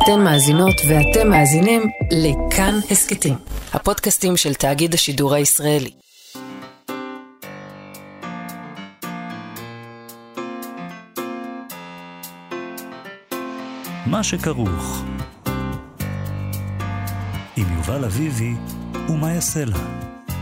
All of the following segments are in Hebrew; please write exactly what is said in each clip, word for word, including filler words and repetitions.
אתן מאזינות ואתם מאזינים לכאן הסקטים, הפודקאסטים של תאגיד השידור הישראלי. מה שכרוך עם יובל אביבי ומה יעשה לה.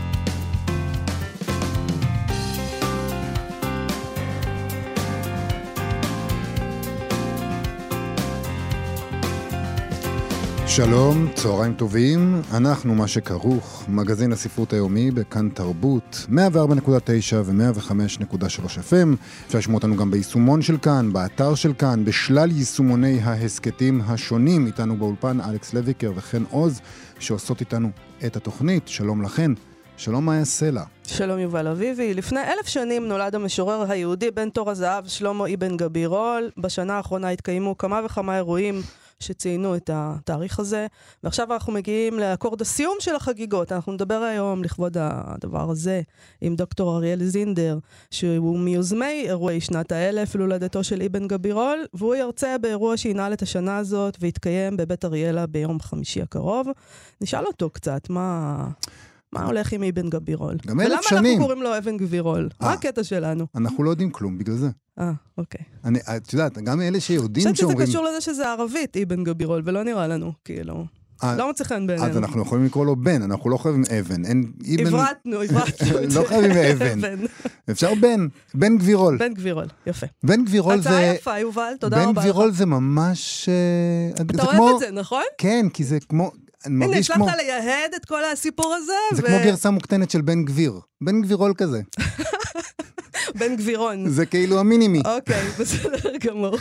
שלום, צהריים טובים, אנחנו מה שכרוך, מגזין הספרות היומי בכאן תרבות, מאה וארבע נקודה תשע ו-מאה וחמש נקודה שלוש אף אם, אפשר לשמוע אותנו גם ביישומון של כאן, באתר של כאן, בשלל יישומוני ההסקטים השונים, איתנו באולפן אלכס לויקר וכן עוז, שעושות איתנו את התוכנית. שלום לכן, שלום מה יעשה לה. שלום יובל אביבי. לפני אלף שנים נולד המשורר היהודי בן תור הזהב שלמה אבן גבירול. בשנה האחרונה התקיימו כמה וכמה אירועים שציינו את התאריך הזה, ועכשיו אנחנו מגיעים לאקורד הסיום של החגיגות. אנחנו נדבר היום לכבוד הדבר הזה עם דוקטור אריאל זינדר, שהוא מיוזמי אירועי שנת האלף להולדתו של אבן גבירול, והוא ירצה באירוע שינהל את השנה הזאת והתקיים בבית אריאלה ביום חמישי הקרוב. נשאל אותו קצת מה... מה הולך עם אבן גבירול? גם אלף שנים. ולמה אנחנו קוראים לו אבן גבירול? מה הקטע שלנו? אנחנו לא יודעים כלום בגלל זה. אה, אוקיי. אני, את יודעת, גם אלה שיודעים שאומרים... שאומרים... שזה קשור לזה שזה ערבית, אבן גבירול, ולא נראה לנו, כאילו... לא מצליחן בעינינו. אז אנחנו יכולים לקרוא לו בן, אנחנו לא חייבים אבן. עברתנו, עברתנו. לא חייבים אבן. אפשר בן, בן גבירול. בן גבירול, יפה. בן גבירול זה... הצעה יפה, יובל, תודה רבה. בן גבירול זה ממש... אתה אוהב את זה, נכון? כן, כי זה כמו... הנה, הצלחת ליהד את כל הסיפור הזה. זה כמו גרסה מוקטנת של בן גביר. בן גבירול כזה. בן גבירון. זה כאילו המינימי. אוקיי, בסדר גמור.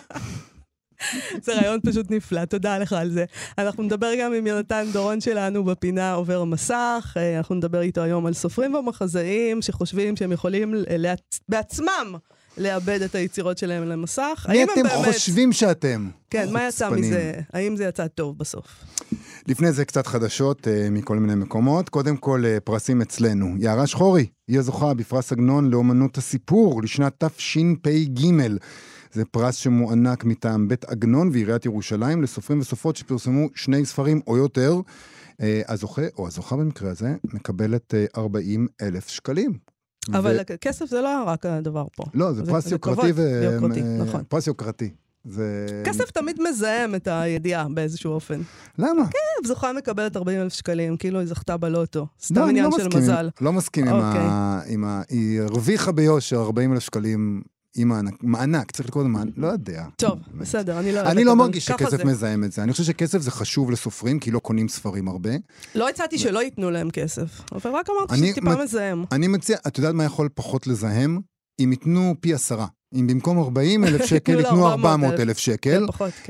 זה רעיון פשוט נפלא, תודה לך על זה. אנחנו נדבר גם עם יונתן דורון שלנו בפינה עובר מסך, אנחנו נדבר איתו היום על סופרים ומחזאים שחושבים שהם יכולים בעצמם לאבד את היצירות שלהם למסך. מי אתם באמת... חושבים שאתם? כן, מה יצא מזה? האם זה יצא טוב בסוף? לפני זה קצת חדשות uh, מכל מיני מקומות. קודם כל uh, פרסים אצלנו. יערה שחורי, היא הזוכה בפרס עגנון לאומנות הסיפור לשנת תשפ"ג. זה פרס שמוענק מטעם בית עגנון ועיריית ירושלים לסופרים וסופרות שפרסמו שני ספרים או יותר. Uh, הזוכה, או הזוכה במקרה הזה, מקבלת uh, ארבעים אלף שקלים. אבל ו... כסף זה לא רק הדבר פה. לא, זה, זה פרס יוקרתי. ו... יוקרתי, נכון. פרס יוקרתי. זה... כסף תמיד מזהם את הידיעה באיזשהו אופן. למה? כן, זוכה מקבלת ארבעים אלף שקלים, כאילו היא זכתה בלוטו. סתם עניין לא של מזל. לא מסכים עם ה... עם ה... היא הרוויחה ביושר ארבעים אלף שקלים עם מענק, צריך לקרוא את המענק, לא יודע. טוב, בסדר, אני לא... אני לא מרגיש שכסף מזהם את זה. אני חושב שכסף זה חשוב לסופרים, כי לא קונים ספרים הרבה. לא הצעתי שלא ייתנו להם כסף, אבל רק אמרתי שטיפה מזהם. אני מציע, את יודעת מה יכול פחות לזהם? אם ייתנו פי עשרה. אם במקום ארבעים אלף שקל ייתנו ארבע מאות אלף שקל,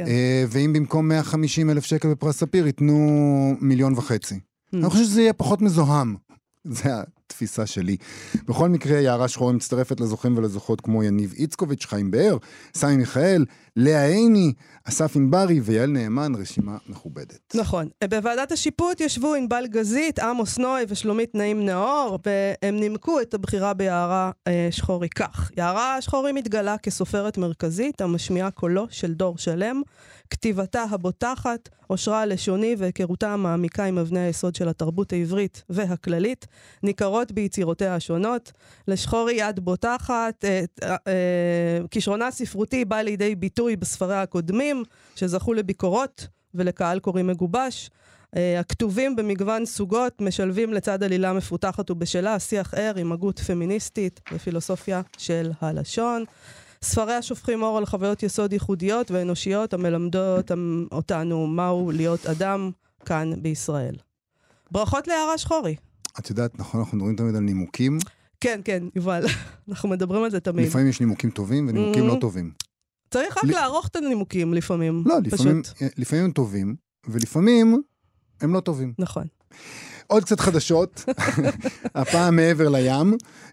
ואם במקום מאה וחמישים אלף שקל בפרס ספיר ייתנו מיליון וחצי. אני חושב שזה יהיה פחות מזוהם. זה התפיסה שלי. בכל מקרה, יערה שחורי מצטרפת לזוכים ולזוכות כמו יניב איצקוביץ', חיים באר, סמי מיכאל, לאה עיני, אסף ענברי ויעל נאמן, רשימה מכובדת. נכון. בוועדת השיפוט ישבו ענבל גזית, עמוס נוי ושלומית נעים נאור, והם נימקו את הבחירה ביערה שחורי כך. יערה שחורי מתגלה כסופרת מרכזית, המשמיעה קולו של דור שלם, כתיבתה הבוטחת, אושרה הלשוני והיכרותה המעמיקה עם אבני היסוד של התרבות העברית והכללית, ניכרות ביצירותיה השונות. לשחורי יד בוטחת, אה, אה, אה, כישרונה ספרותי בא לידי ביטוי בספריה הקודמים, שזכו לביקורות ולקהל קוראים מגובש. אה, הכתובים במגוון סוגות משלבים לצד עלילה מפותחת ובשלה שיח ער עם הגות פמיניסטית ופילוסופיה של הלשון. ספריה שופכים אור על חוויות יסוד ייחודיות ואנושיות המלמדות אותנו מהו להיות אדם כאן בישראל. ברכות ליערה שחורי. את יודעת, נכון, אנחנו מדברים תמיד על נימוקים. כן, כן, יובל. אנחנו מדברים על זה תמיד. לפעמים יש נימוקים טובים ונימוקים לא טובים. צריך רק לערוך את הנימוקים לפעמים. לא, לפעמים הם טובים, ולפעמים הם לא טובים. נכון. עוד קצת חדשות, הפעם מעבר לים.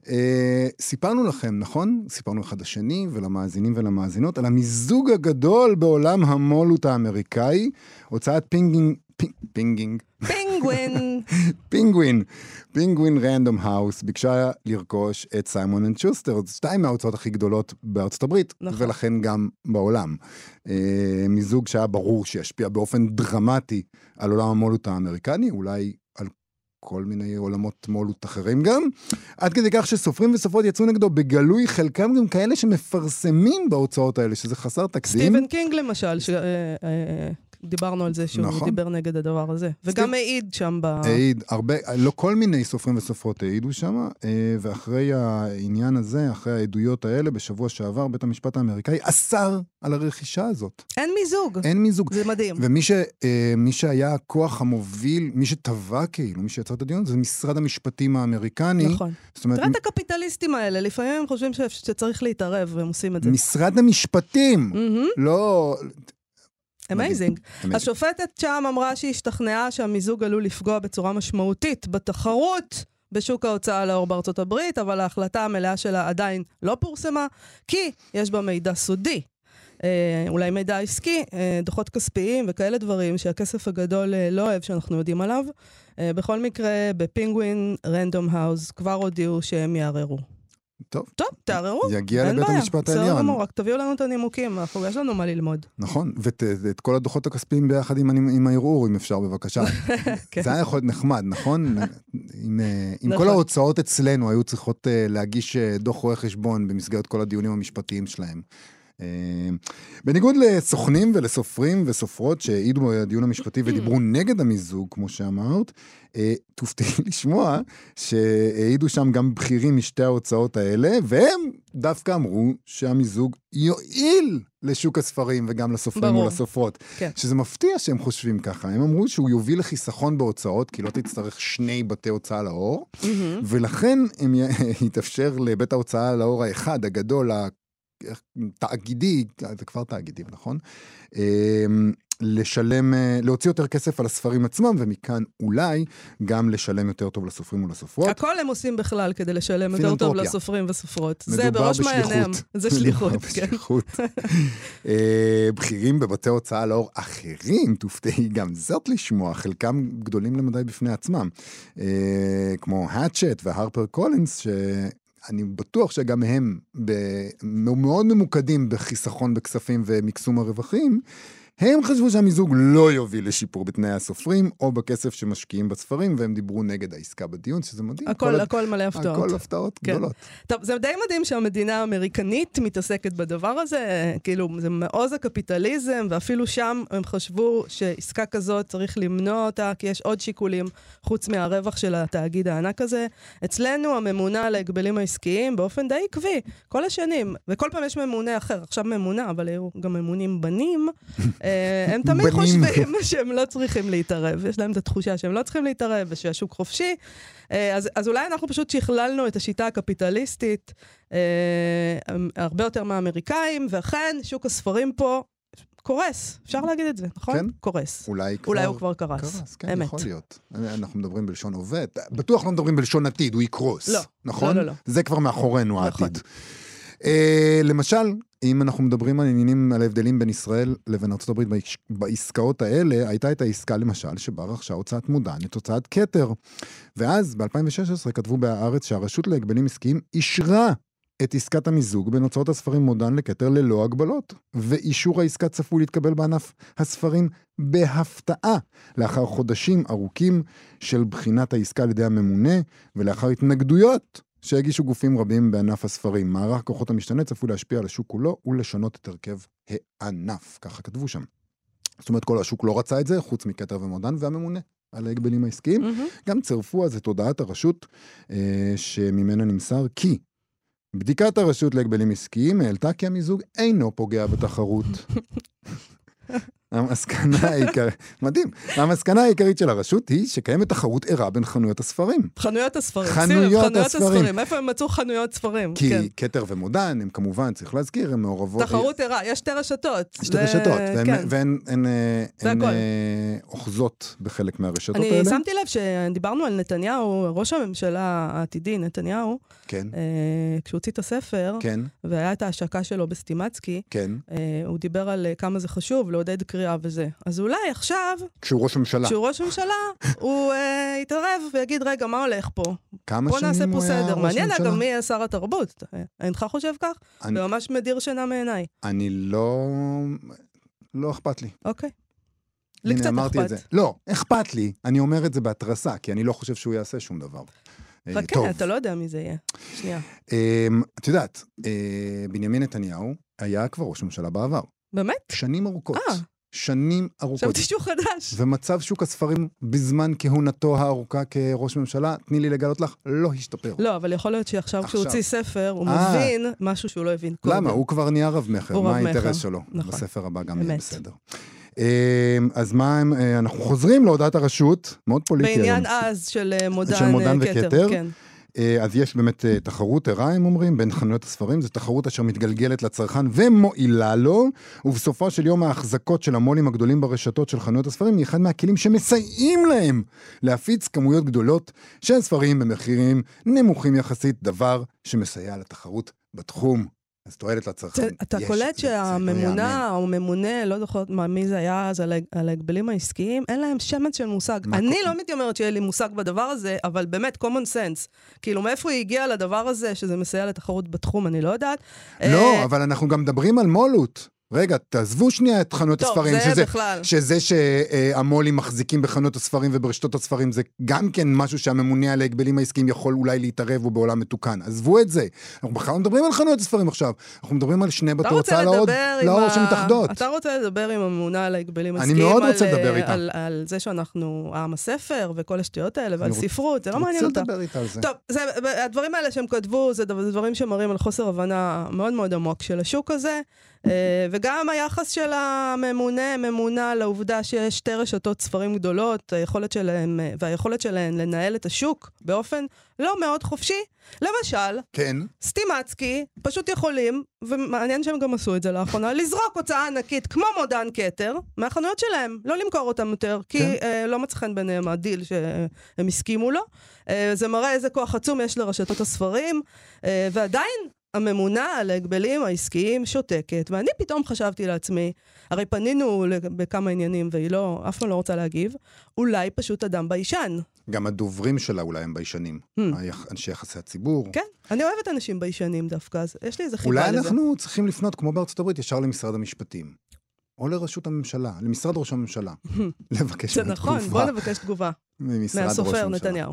אה, סיפרנו לכם, נכון? סיפרנו אחד השני ולמאזינים ולמאזינות, על המיזוג הגדול בעולם המולות האמריקאי, הוצאת פינגינג, פינג, פינגינג. פינגווין. פינגווין, פינגווין רנדום האוס ביקשה לרכוש את סיימון אנד שוסטר, שתיים מההוצאות הכי גדולות בארצות הברית, נכון. ולכן גם בעולם. אה, מיזוג שהיה ברור שישפיע באופן דרמטי על עולם המולות האמריקני, אולי על כל מיני עולמות מולות אחרים גם, עד כדי כך שסופרים וסופרות יצאו נגדו בגלוי, חלקם גם כאלה שמפרסמים בהוצאות האלה, שזה חסר תקדים. סטיבן קינג למשל, ש... דיברנו על זה שהוא נכון. דיבר נגד הדבר הזה. וגם העיד שם ב... העיד, הרבה, לא כל מיני סופרים וסופרות העידו שם, ואחרי העניין הזה, אחרי העדויות האלה, בשבוע שעבר, בית המשפט האמריקאי אסר על הרכישה הזאת. אין מיזוג. אין מיזוג. זה מדהים. ומי ש, מי שהיה הכוח המוביל, מי שטבע כאילו, מי שיצר את הדיון, זה משרד המשפטים האמריקני. נכון. אומרת, תראה את הקפיטליסטים האלה, לפעמים הם חושבים שצריך להתערב, והם עושים את זה. משרד המשפטים. Mm-hmm. לא... אמייזינג. השופטת שם אמרה שהיא השתכנעה שהמיזוג עלול לפגוע בצורה משמעותית בתחרות בשוק ההוצאה לאור בארצות הברית, אבל ההחלטה המלאה שלה עדיין לא פורסמה, כי יש בה מידע סודי. אה, אולי מידע עסקי, אה, דוחות כספיים וכאלה דברים שהכסף הגדול אה, לא אוהב שאנחנו יודעים עליו. אה, בכל מקרה, בפינגווין רנדום האוס כבר הודיעו שהם יערערו. טוב. טוב, תערערו. יגיע לבית המשפט העליון. רק תביאו לנו את הנימוקים, אנחנו, יש לנו מה ללמוד. נכון, ואת כל הדוחות הכספיים ביחד עם הערעור, אם אפשר בבקשה. זה היה יכול להיות נחמד, נכון? אם כל ההוצאות אצלנו היו צריכות להגיש דוח רואה חשבון במסגרת כל הדיונים המשפטיים שלהם. בניגוד לסוכנים ולסופרים וסופרות שהעידו בדיון המשפטי ודיברו נגד המיזוג, כמו שאמרת, תופתעי לשמוע שהעידו שם גם בכירים משתי ההוצאות האלה, והם דווקא אמרו שהמיזוג יועיל לשוק הספרים וגם לסופרים ולסופרות. שזה מפתיע שהם חושבים ככה. הם אמרו שהוא יוביל לחיסכון בהוצאות, כי לא תצטרך שני בתי הוצאה לאור, ולכן הם יתאפשר לבית ההוצאה לאור האחד, הגדול, תאגידי, זה כבר תאגידים, נכון? לשלם, להוציא יותר כסף על הספרים עצמם, ומכאן אולי גם לשלם יותר טוב לסופרים ולסופרות. הכל הם עושים בכלל כדי לשלם יותר טוב לסופרים וסופרות. זה בראש מעייניהם. זה שליחות. מדובר בשליחות. בכירים בבתי הוצאה לאור אחרים, תופתעי גם זאת לשמוע, חלקם גדולים למדי בפני עצמם. כמו האצ'ט והרפר קולינס, ש... אני בטוח שגם הם מאוד ממוקדים בחיסכון בכספים ומקסום הרווחים, הם חשבו שהמיזוג לא יוביל לשיפור בתנאי הסופרים, או בכסף שמשקיעים בספרים, והם דיברו נגד העסקה בדיון, שזה מדהים. הכל, הכל מלא הפתעות. הכל הפתעות גדולות. טוב, זה די מדהים שהמדינה האמריקנית מתעסקת בדבר הזה, כאילו, זה מעוז הקפיטליזם, ואפילו שם הם חשבו שעסקה כזאת צריך למנוע אותה, כי יש עוד שיקולים חוץ מהרווח של התאגיד הענק הזה. אצלנו הממונה על ההגבלים העסקיים, באופן די עקבי, כל השנים, וכל פעם יש ממונה אחר, עכשיו ממונה, אבל היו גם ממונים בנים, הם תמיד חושבים שהם לא צריכים להתערב, יש להם את התחושה שהם לא צריכים להתערב, ושהשוק חופשי, אז, אז אולי אנחנו פשוט שכללנו את השיטה הקפיטליסטית הרבה יותר מהאמריקאים, ואכן שוק הספרים פה קורס, אפשר להגיד את זה, נכון? כן. קורס. אולי, אולי כבר... הוא כבר קרס. קרס, כן, אמת. יכול להיות. אנחנו מדברים בלשון עובד, בטוח לא מדברים בלשון עתיד, הוא יקרוס. לא, נכון? לא, לא, לא. זה כבר מאחורינו העתיד. נכון. Uh, למשל, אם אנחנו מדברים על עניינים, על ההבדלים בין ישראל לבין ארצות הברית בעסקאות האלה, הייתה את העסקה למשל שבה רכשה הוצאת מודן, את הוצאת כתר. ואז ב-אלפיים ושש עשרה כתבו בהארץ שהרשות להגבלים עסקיים אישרה את עסקת המיזוג בין הוצאות הספרים מודן לכתר ללא הגבלות. ואישור העסקה צפוי להתקבל בענף הספרים בהפתעה, לאחר חודשים ארוכים של בחינת העסקה על ידי הממונה, ולאחר התנגדויות שהגישו גופים רבים בענף הספרים. מערך כוחות המשתנה צפוי להשפיע על השוק כולו ולשנות את הרכב הענף. ככה כתבו שם. זאת אומרת, כל השוק לא רצה את זה, חוץ מכתר ומודן והממונה על ההגבלים העסקיים. Mm-hmm. גם צרפו אז את הודעת הרשות אה, שממנה נמסר כי בדיקת הרשות להגבלים עסקיים העלתה כי המיזוג אינו פוגע בתחרות. המסקנה העיקרית, מדהים, המסקנה העיקרית של הרשות היא שקיימת תחרות ערה בין חנויות הספרים. חנויות הספרים. חנויות הספרים. איפה הם מצאו חנויות ספרים? כי כתר ומודן, הם כמובן, צריך להזכיר, הם מעורבות. תחרות ערה, יש שתי רשתות. שתי רשתות, והן אוחזות בחלק מהרשתות האלה. אני שמתי לב שדיברנו על נתניהו, ראש הממשלה העתידי, נתניהו, כשהוא הוציא את הספר, והיה את ההשקה שלו בסטימצקי, הוא דיבר על כמה זה חשוב, לעודד קריאה עירייה וזה. אז אולי עכשיו... כשהוא ראש ממשלה. כשהוא ראש ממשלה, הוא uh, יתערב ויגיד, רגע, מה הולך פה? כמה בוא נעשה פה סדר. ראש מעניין ממשלה? גם מי יהיה שר התרבות. אינך חושב כך? אני... זה ממש מדיר שינה מעיניי. אני לא... לא אכפת לי. אוקיי. לי קצת אכפת. לא, אכפת לי. אני אומר את זה בהתרסה, כי אני לא חושב שהוא יעשה שום דבר. חכה, אתה לא יודע מי זה יהיה. שנייה. את יודעת, בנימין נתניהו היה כבר ראש ממשלה בעבר. באמת? שנים ארוכות. אה. שנים ארוכות. עכשיו תשהו חדש. ומצב שוק הספרים בזמן כהונתו הארוכה כראש ממשלה, תני לי לגלות לך, לא השתפר. לא, אבל יכול להיות שעכשיו כשהוא הוציא ספר, הוא מבין משהו שהוא לא הבין קודם. למה? הוא כבר נהיה רב מחר. מה האינטרס שלו? בספר הבא גם יהיה בסדר. אז מה הם, אנחנו חוזרים להודעת הרשות, מאוד פוליטי. בעניין אז של מודן וכתר. כן. אז יש באמת תחרות ערה, הם אומרים, בין חנויות הספרים, זו תחרות אשר מתגלגלת לצרכן ומועילה לו, ובסופו של יום ההחזקות של המולים הגדולים ברשתות של חנויות הספרים, היא אחד מהכלים שמסייעים להם להפיץ כמויות גדולות של ספרים במחירים נמוכים יחסית, דבר שמסייע לתחרות בתחום. אז תועלת לצרכן. אתה קולט שהממונה או ממונה, לא זוכרת מי זה היה אז על ההגבלים העסקיים, אין להם שמץ של מושג. אני לא מתיימרת שיהיה לי מושג בדבר הזה, אבל באמת, common sense. כאילו, מאיפה היא הגיעה לדבר הזה, שזה מסייע לתחרות בתחום, אני לא יודעת. לא, אבל אנחנו גם מדברים על מולות. רגע, תעזבו שנייה את חנויות טוב, הספרים, זה שזה, בכלל. שזה שהמולים מחזיקים בחנויות הספרים וברשתות הספרים, זה גם כן משהו שהממונה על ההגבלים העסקיים יכול אולי להתערב ובעולם מתוקן. עזבו את זה. אנחנו בכלל מדברים על חנויות הספרים עכשיו. אנחנו מדברים על שני בתי הוצאה לאור, לאור שמתאחדות. אתה רוצה לדבר עם הממונה על ההגבלים העסקיים? אני מאוד רוצה לדבר איתה. על, על זה שאנחנו עם הספר וכל השטויות האלה, ועל ספרות, זה לא מעניין אותה. רוצה לדבר איתה על זה. טוב, זה, הדברים האלה שהם כתבו, זה דברים שמראים על חוסר הבנה מאוד מאוד עמוק של השוק הזה. וגם היחס של הממונה, ממונה לעובדה שיש שתי רשתות ספרים גדולות, היכולת שלהם, והיכולת שלהם לנהל את השוק באופן לא מאוד חופשי. למשל, כן. סטימצקי פשוט יכולים, ומעניין שהם גם עשו את זה לאחרונה, לזרוק הוצאה ענקית כמו מודן כתר מהחנויות שלהם, לא למכור אותם יותר, כי כן. אה, לא מצחן ביניהם הדיל שהם הסכימו לו. אה, זה מראה איזה כוח עצום יש לרשתות הספרים, אה, ועדיין הממונה על ההגבלים העסקיים שותקת, ואני פתאום חשבתי לעצמי, הרי פנינו בכמה עניינים, והיא לא, אף פעם לא רוצה להגיב, אולי פשוט אדם ביישן. גם הדוברים שלה אולי הם ביישנים, hmm. אנשי יחסי הציבור. כן, אני אוהבת אנשים ביישנים דווקא, אז יש לי איזה חיבה לזה. אולי אנחנו צריכים לפנות, כמו בארצות הברית, ישר למשרד המשפטים. או לרשות הממשלה, למשרד ראש הממשלה. לבקש זה נכון, בוא נבקש תגובה. מהסופר נתניהו.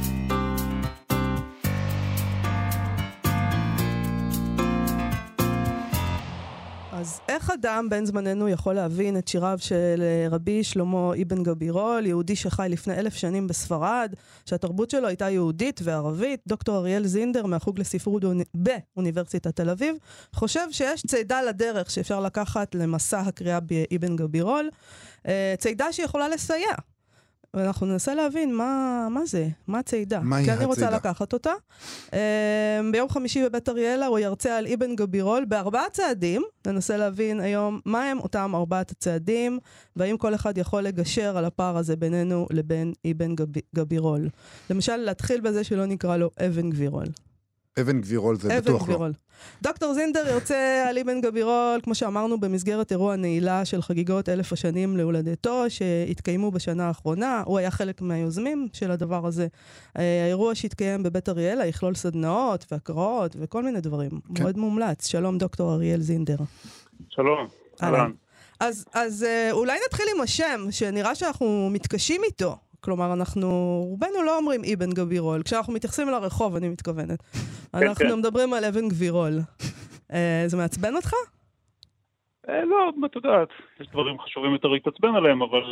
אז איך אדם בן זמננו יכול להבין את שיריו של רבי שלמה אבן גבירול, יהודי שחי לפני אלף שנים בספרד, שהתרבות שלו הייתה יהודית וערבית? דוקטור אריאל זינדר מהחוג לספרות באוניברסיטת תל אביב, חושב שיש צעידה לדרך שאפשר לקחת למסע הקריאה באבן גבירול, צעידה שיכולה לסייע. ואנחנו ננסה להבין מה, מה זה, מה הצעידה. מה היא כי הצעידה? אני רוצה לקחת אותה. ביום חמישי בבית אריאלה הוא ירצה על אבן גבירול בארבעה צעדים. ננסה להבין היום מה הם אותם ארבעת הצעדים, והאם כל אחד יכול לגשר על הפער הזה בינינו לבין אבן גבירול. למשל, להתחיל בזה שלא נקרא לו אבן גבירול. אבן גבירול זה אבן בטוח גבירול. לא. דוקטור זינדר ירצה על אבן גבירול, כמו שאמרנו, במסגרת אירוע נעילה של חגיגות אלף השנים להולדתו, שהתקיימו בשנה האחרונה. הוא היה חלק מהיוזמים של הדבר הזה. האירוע שהתקיים בבית אריאלה יכלול סדנאות והקראות וכל מיני דברים. כן. מאוד מומלץ. שלום, דוקטור אריאל זינדר. שלום. אהלן. אז, אז אולי נתחיל עם השם, שנראה שאנחנו מתקשים איתו. כלומר, אנחנו, רובנו לא אומרים אבן גבירול. כשאנחנו מתייחסים לרחוב, אני מתכוונת. אנחנו מדברים על אבן גבירול. זה מעצבן אותך? לא, את יודעת, יש דברים חשובים יותר להתעצבן עליהם, אבל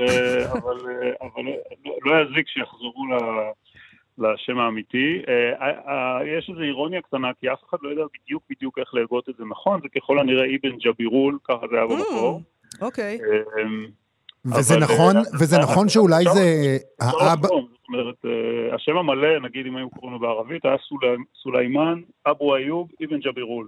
לא יזיק שיחזרו לשם האמיתי. יש איזו אירוניה קטנה, כי אף אחד לא יודע בדיוק בדיוק איך להגות את זה נכון. זה ככל הנראה אבן ג'בירול, ככה זה היה במקור. אוקיי. וזה נכון, וזה נכון שאולי זה האבא... זאת אומרת, השם המלא, נגיד אם היו קוראים לו בערבית, היה סוליימן אבו איוב אבן ג'בירול.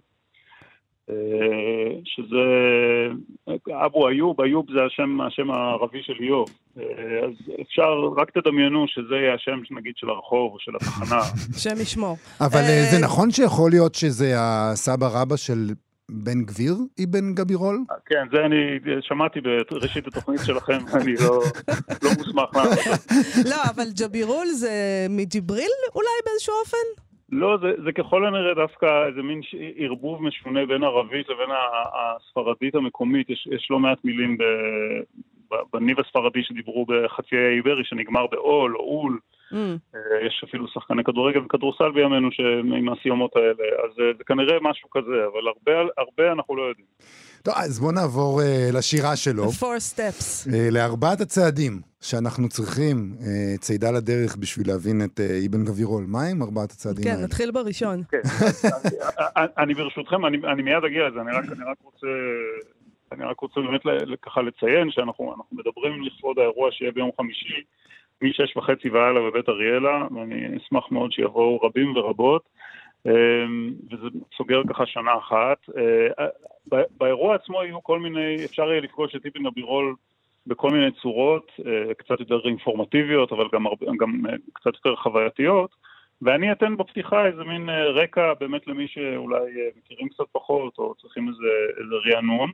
שזה אבו איוב, איוב זה השם, השם הערבי של איוב. אז אפשר, רק תדמיינו שזה יהיה השם, נגיד, של הרחוב או של התחנה. שם ישמור. אבל זה נכון שיכול להיות שזה הסבא רבא של בן גביר אבן גבירול? כן, זה אני שמעתי בראשית התוכנית שלכם, אני לא מוסמך מה. לא, אבל ג'בירול זה מג'יבריל אולי באיזשהו אופן? לא, זה ככל הנראה דווקא איזה מין ערבוב משונה בין ערבית לבין הספרדית המקומית. יש לא מעט מילים בניב הספרדי שדיברו בחצי האי איברי, שנגמר באול או אול. יש אפילו שחקני כדורגל וכדורסל בימינו עם הסיומות האלה, אז זה כנראה משהו כזה, אבל הרבה אנחנו לא יודעים. טוב, אז בוא נעבור לשירה שלו. The four steps. לארבעת הצעדים שאנחנו צריכים, צעידה לדרך בשביל להבין את אבן גבירול. מה הם ארבעת הצעדים האלה? כן, נתחיל בראשון. אני ברשותכם, אני מיד אגיע לזה, אני רק רוצה... אני רק רוצה באמת ככה לציין שאנחנו מדברים לכבוד האירוע שיהיה ביום חמישי, משש וחצי ועלה בבית אריאלה, ואני אשמח מאוד שיבואו רבים ורבות, וזה סוגר ככה שנה אחת. באירוע עצמו יהיו כל מיני, אפשר יהיה לפגוש את אבן גבירול בכל מיני צורות, קצת יותר אינפורמטיביות, אבל גם, גם קצת יותר חווייתיות, ואני אתן בפתיחה איזה מין רקע באמת למי שאולי מכירים קצת פחות, או צריכים איזה, איזה רענון.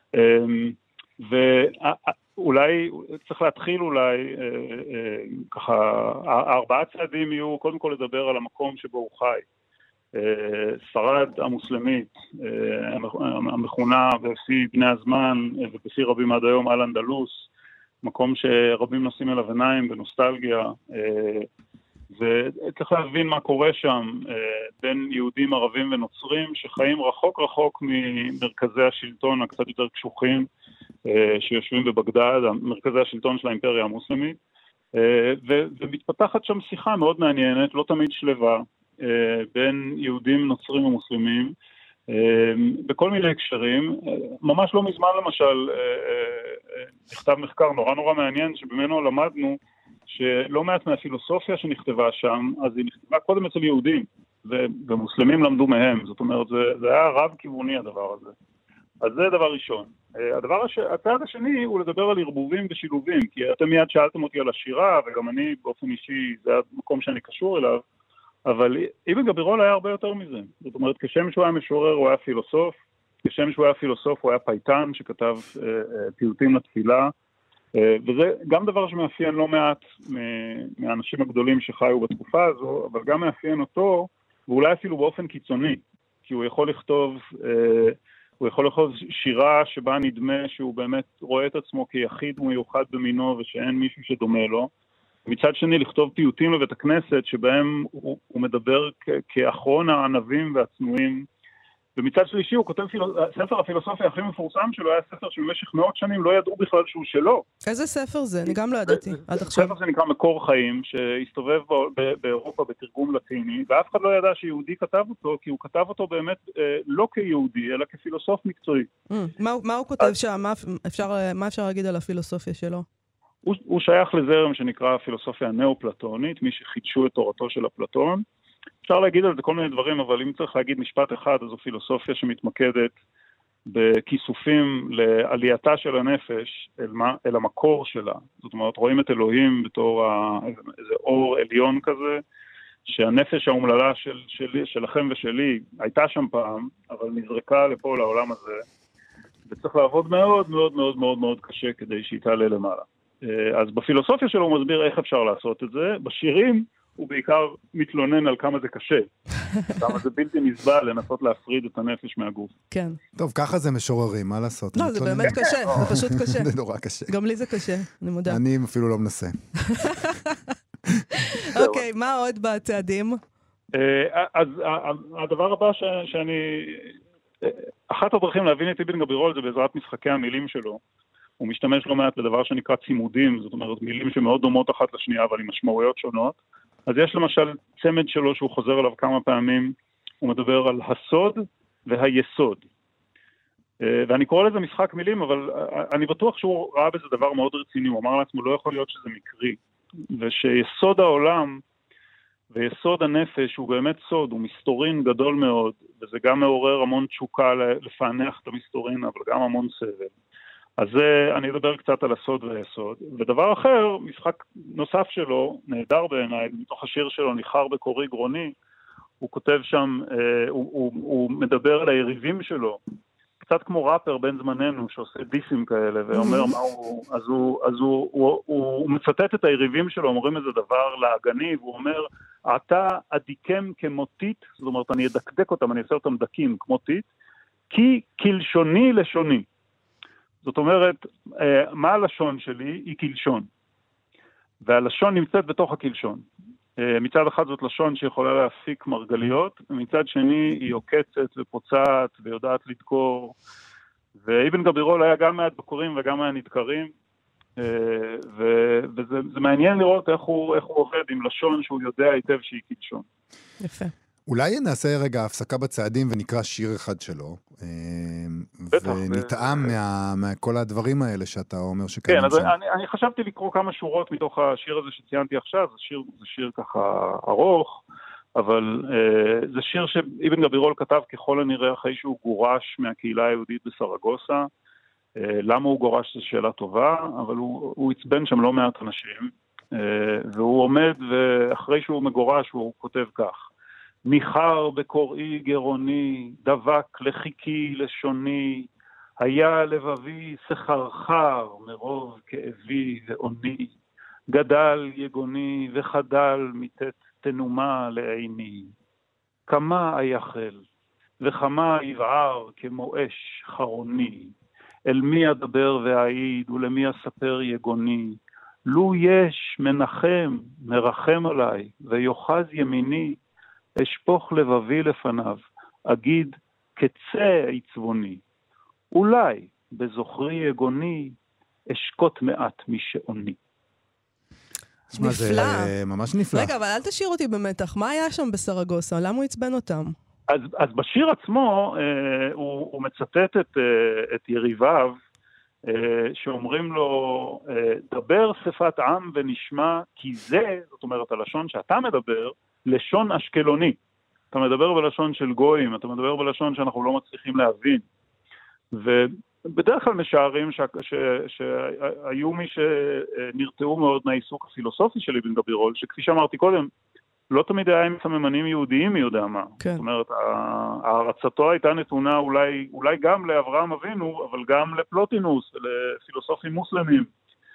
ואולי צריך להתחיל אולי ככה, הארבעה צעדים יהיו קודם כל לדבר על המקום שבו הוא חי. ספרד המוסלמית, המכונה בפי בני הזמן ובפי רבים עד היום על אנדלוס, מקום שרבים נושאים אליו עיניים בנוסטלגיה, וצריך להבין מה קורה שם בין יהודים, ערבים ונוצרים שחיים רחוק רחוק ממרכזי השלטון הקצת יותר קשוחים שיושבים בבגדד, מרכזי השלטון של האימפריה המוסלמית, ומתפתחת שם שיחה מאוד מעניינת, לא תמיד שלווה, בין יהודים, נוצרים ומוסלמים, בכל מיני הקשרים. ממש לא מזמן למשל נכתב מחקר נורא נורא מעניין שבמנו למדנו שלא מעט מהפילוסופיה שנכתבה שם, אז היא נכתבה קודם אצל יהודים, ומוסלמים למדו מהם. זאת אומרת, זה, זה היה רב-כיווני הדבר הזה. אז זה דבר ראשון. הדבר הש... הצעד השני הוא לדבר על ערבובים ושילובים, כי אתם מיד שאלתם אותי על השירה, וגם אני באופן אישי, זה המקום שאני קשור אליו, אבל אבן גבירול היה הרבה יותר מזה. זאת אומרת, כשם שהוא היה משורר, הוא היה פילוסוף, כשם שהוא היה פילוסוף, הוא היה פייטן שכתב אה, פיוטים לתפילה, וזה גם דבר שמאפיין לא מעט מהאנשים הגדולים שחיו בתקופה הזו, אבל גם מאפיין אותו, ואולי אפילו באופן קיצוני, כי הוא יכול לכתוב, הוא יכול לכתוב שירה שבה נדמה שהוא באמת רואה את עצמו כיחיד ומיוחד במינו, ושאין מישהו שדומה לו. מצד שני, לכתוב פיוטים לבית הכנסת, שבהם הוא, הוא מדבר כ- כאחרון הענבים והצנועים, ומצד שלישי הוא כותב פילו... ספר הפילוסופיה הכי מפורסם שלו היה ספר שבמשך מאות שנים לא ידעו בכלל שהוא שלו. איזה ספר זה? אני גם לא ידעתי עד עכשיו. ספר זה נקרא מקור חיים, שהסתובב באירופה בתרגום לטיני, ואף אחד לא ידע שיהודי כתב אותו, כי הוא כתב אותו באמת לא כיהודי, אלא כפילוסוף מקצועי. מה הוא כותב שם? מה אפשר להגיד על הפילוסופיה שלו? הוא שייך לזרם שנקרא הפילוסופיה הנאו-פלטונית, מי שחידשו את תורתו של אפלטון. אפשר להגיד על זה כל מיני דברים, אבל אם צריך להגיד משפט אחד, אז זו פילוסופיה שמתמקדת בכיסופים לעלייתה של הנפש אל, מה, אל המקור שלה. זאת אומרת, רואים את אלוהים בתור ה, איזה אור עליון כזה, שהנפש האומללה של, של, שלכם ושלי הייתה שם פעם, אבל נזרקה לפה לעולם הזה, וצריך לעבוד מאוד מאוד מאוד מאוד מאוד קשה כדי שהיא תעלה למעלה. אז בפילוסופיה שלו הוא מסביר איך אפשר לעשות את זה. בשירים הוא בעיקר מתלונן על כמה זה קשה. כמה זה בלתי נסבל לנסות להפריד את הנפש מהגוף. כן. טוב, ככה זה משוררים, מה לעשות? לא, זה באמת קשה, זה פשוט קשה. זה נורא קשה. גם לי זה קשה, אני מודה. אני אפילו לא מנסה. אוקיי, מה עוד בצעדים? אז הדבר הבא שאני... אחת הדרכים להבין את אבן גבירול זה בעזרת משחקי המילים שלו. הוא משתמש לא מעט בדבר שנקרא צימודים, זאת אומרת מילים שמאוד דומות אחת לשנייה, אבל עם משמעויות שונות. אז יש למשל צמד שלו שהוא חוזר עליו כמה פעמים, הוא מדבר על הסוד והיסוד. ואני קורא לזה משחק מילים, אבל אני בטוח שהוא ראה בזה דבר מאוד רציני, הוא אמר לעצמו, לא יכול להיות שזה מקרי. ושיסוד העולם ויסוד הנפש הוא באמת סוד, הוא מסתורין גדול מאוד, וזה גם מעורר המון תשוקה לפענח את המסתורין, אבל גם המון סבל. אז אני אדבר קצת על הסוד והיסוד. ודבר אחר, משחק נוסף שלו, נהדר בעיניי, מתוך השיר שלו, ניחר בקורי גרוני, הוא כותב שם, הוא, הוא, הוא מדבר על היריבים שלו, קצת כמו ראפר בן זמננו שעושה דיסים כאלה ואומר מה הוא, אז הוא, אז הוא, הוא, הוא, הוא מצטט את היריבים שלו, אומרים איזה דבר להגני, והוא אומר, אתה אדיקם כמותית, זאת אומרת אני אדקדק אותם, אני אעשה אותם דקים כמותית, כי כלשוני לשוני. זאת אומרת, מה הלשון שלי? היא כלשון. והלשון נמצאת בתוך הכלשון. מצד אחד זאת לשון שיכולה להפיק מרגליות, ומצד שני היא עוקצת ופוצעת ויודעת לדקור. ואבן גבירול היה גם מהדקורים וגם מהנדקרים, וזה זה מעניין לראות איך הוא, איך הוא עובד עם לשון שהוא יודע היטב שהיא כלשון. יפה. אולי נעשה רגע הפסקה בצעדים ונקרא שיר אחד שלו, ונטעם מכל הדברים האלה שאתה אומר שקיים שם. כן, אז שם. אני, אני חשבתי לקרוא כמה שורות מתוך השיר הזה שציינתי עכשיו, זה שיר, זה שיר ככה ארוך, אבל אה, זה שיר שאבן גבירול כתב ככל הנראה אחרי שהוא גורש מהקהילה היהודית בסרגוסה. אה, למה הוא גורש זו שאלה טובה, אבל הוא, הוא הצבן שם לא מעט אנשים, אה, והוא עומד ואחרי שהוא מגורש הוא כותב כך, ניחר בקוראי גרוני, דבק לחיקי לשוני, היה לבבי סחרחר מרוב כאבי ועוני, גדל יגוני וחדל מתת תנומה לעיני. כמה אייחל וכמה יבער כמו אש חרוני, אל מי אדבר ואעיד ולמי אספר יגוני, לו יש מנחם מרחם עליי ויוחז ימיני, אשפוך לבבי לפניו, אגיד קצה עצבוני, אולי בזוכרי יגוני אשקוט מעט משעוני. נפלא. זה ממש נפלא. רגע, אבל אל תשאיר אותי במתח, מה היה שם בסרגוסה? למה הוא הצבן אותם? אז, אז בשיר עצמו אה, הוא, הוא מצטט את, אה, את יריביו, אה, שאומרים לו, אה, דבר שפת עם ונשמע, כי זה, זאת אומרת, הלשון שאתה מדבר, לשון אשקלוני. אתה מדבר בלשון של גויים, אתה מדבר בלשון שאנחנו לא מצליחים להבין. ובדרך כלל משערים ש... ש... שהיו מי שנרתעו מאוד מהעיסוק הפילוסופי של אבן גבירול, שכפי שאמרתי קודם, לא תמיד היה עם סממנים יהודיים מי יודע מה. כן. זאת אומרת, הערצתו הייתה נתונה אולי, אולי גם לאברהם אבינו, אבל גם לפלוטינוס, לפילוסופים מוסלמים.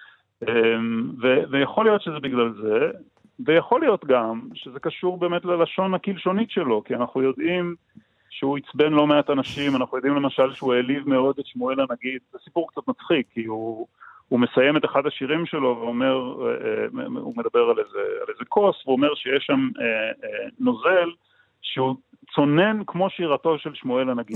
ו... ויכול להיות שזה בגלל זה, ויכול להיות גם שזה קשור באמת ללשון הקלשונית שלו, כי אנחנו יודעים שהוא הצבן לא מעט אנשים, אנחנו יודעים למשל שהוא העליב מאוד את שמואל הנגיד, זה סיפור קצת מצחיק, כי הוא, הוא מסיים את אחד השירים שלו ואומר, הוא מדבר על איזה, על איזה כוס, והוא אומר שיש שם נוזל שהוא צונן כמו שירתו של שמואל הנגיד.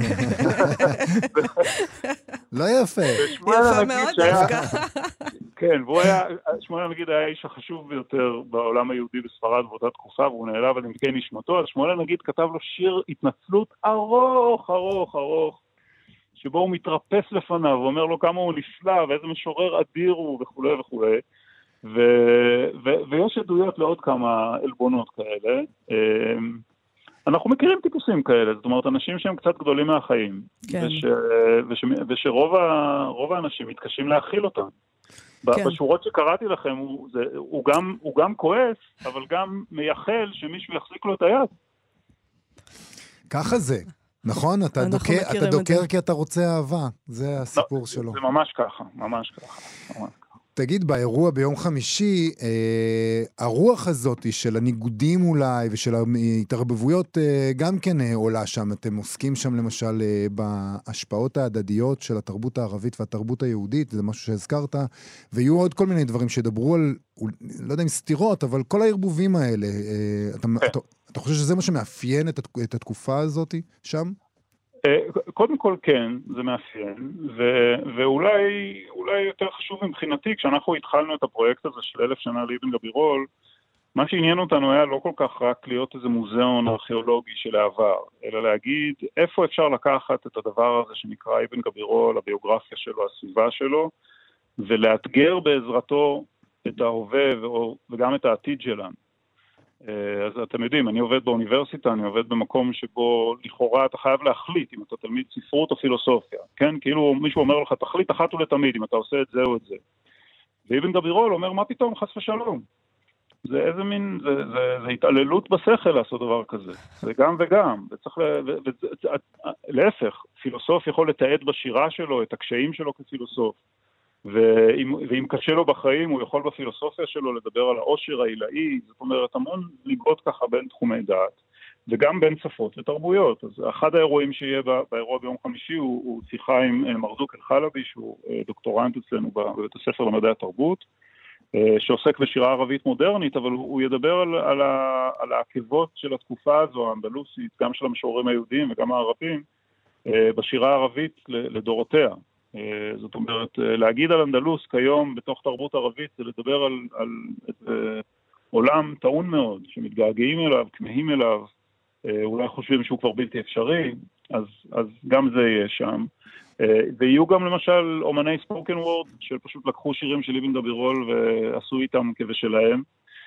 לא יפה. יפה מאוד דווקא. כן, והוא היה, שמואל הנגיד היה האיש החשוב ביותר בעולם היהודי בספרד באותה תקופה, והוא נעלב על עמקי נשמתו, אז שמואל הנגיד כתב לו שיר התנצלות ארוך, ארוך, ארוך, שבו הוא מתרפס לפניו, ואומר לו כמה הוא נפלא, ואיזה משורר אדיר הוא, וכו' וכו'. ו- ו- ויש עדויות לעוד כמה אלבונות כאלה. אנחנו מכירים טיפוסים כאלה, זאת אומרת, אנשים שהם קצת גדולים מהחיים, כן. וש, וש, ושרוב ה, רוב האנשים מתקשים להכיל אותם. כן. בשורות שקראתי לכם, הוא, זה, הוא, גם, הוא גם כועס, אבל גם מייחל שמישהו יחזיק לו את היד. ככה זה, נכון? אתה דוקר, אתה דוקר כי אתה רוצה אהבה, זה הסיפור לא, שלו. זה ממש ככה, ממש ככה, ממש ככה. תגיד, באירוע ביום חמישי, אה, הרוח הזאת של הניגודים אולי ושל ההתערבבויות אה, גם כן אה, עולה שם. אתם עוסקים שם למשל אה, בהשפעות ההדדיות של התרבות הערבית והתרבות היהודית, זה משהו שהזכרת, ויהיו עוד כל מיני דברים שדברו על, לא יודע אם סתירות, אבל כל הערבובים האלה, אה, אתה, אתה, אתה חושב שזה מה שמאפיין את, את התקופה הזאת שם? קודם כל כן, זה מאפיין, ו- ואולי אולי יותר חשוב מבחינתי, כשאנחנו התחלנו את הפרויקט הזה של אלף שנה לאבן גבירול, מה שעניין אותנו היה לא כל כך רק להיות איזה מוזיאון ארכיאולוגי של העבר, אלא להגיד איפה אפשר לקחת את הדבר הזה שנקרא אבן גבירול, הביוגרפיה שלו, הסביבה שלו, ולאתגר בעזרתו את ההווה וגם את העתיד שלנו. אז אתם יודעים, אני עובד באוניברסיטה, אני עובד במקום שבו לכאורה אתה חייב להחליט אם אתה תלמיד ספרות או פילוסופיה, כן? כאילו מישהו אומר לך, תחליט אחת ולתמיד אם אתה עושה את זה או את זה. ואבן גבירול אומר, מה פתאום, חס ושלום. זה איזה מין, זה, זה, זה התעללות בשכל לעשות דבר כזה. זה גם וגם. וצריך, ו, ו, ו, להפך, פילוסוף יכול לתעד בשירה שלו את הקשיים שלו כפילוסוף. ואם, ואם קשה לו בחיים, הוא יכול בפילוסופיה שלו לדבר על העושר העילאי, זאת אומרת, המון ליגות ככה בין תחומי דעת, וגם בין שפות ותרבויות. אז אחד האירועים שיהיה באירוע ביום חמישי, הוא, הוא שיחה עם מרזוק אל-חלבי, שהוא דוקטורנט אצלנו בבית הספר למדעי התרבות, שעוסק בשירה ערבית מודרנית, אבל הוא, הוא ידבר על, על, ה, על העקבות של התקופה הזו, האנדלוסית, גם של המשוררים היהודים וגם הערבים, בשירה הערבית לדורותיה. זאת אומרת, להגיד על אנדלוס כיום בתוך תרבות ערבית, זה לדבר על, על את, עולם טעון מאוד, שמתגעגעים אליו, כמהים אליו, אולי חושבים שהוא כבר בלתי אפשרי, אז, אז גם זה יהיה שם. ויהיו גם למשל אומני ספוקן וורד, שפשוט לקחו שירים של אבן גבירול ועשו איתם כבשלהם.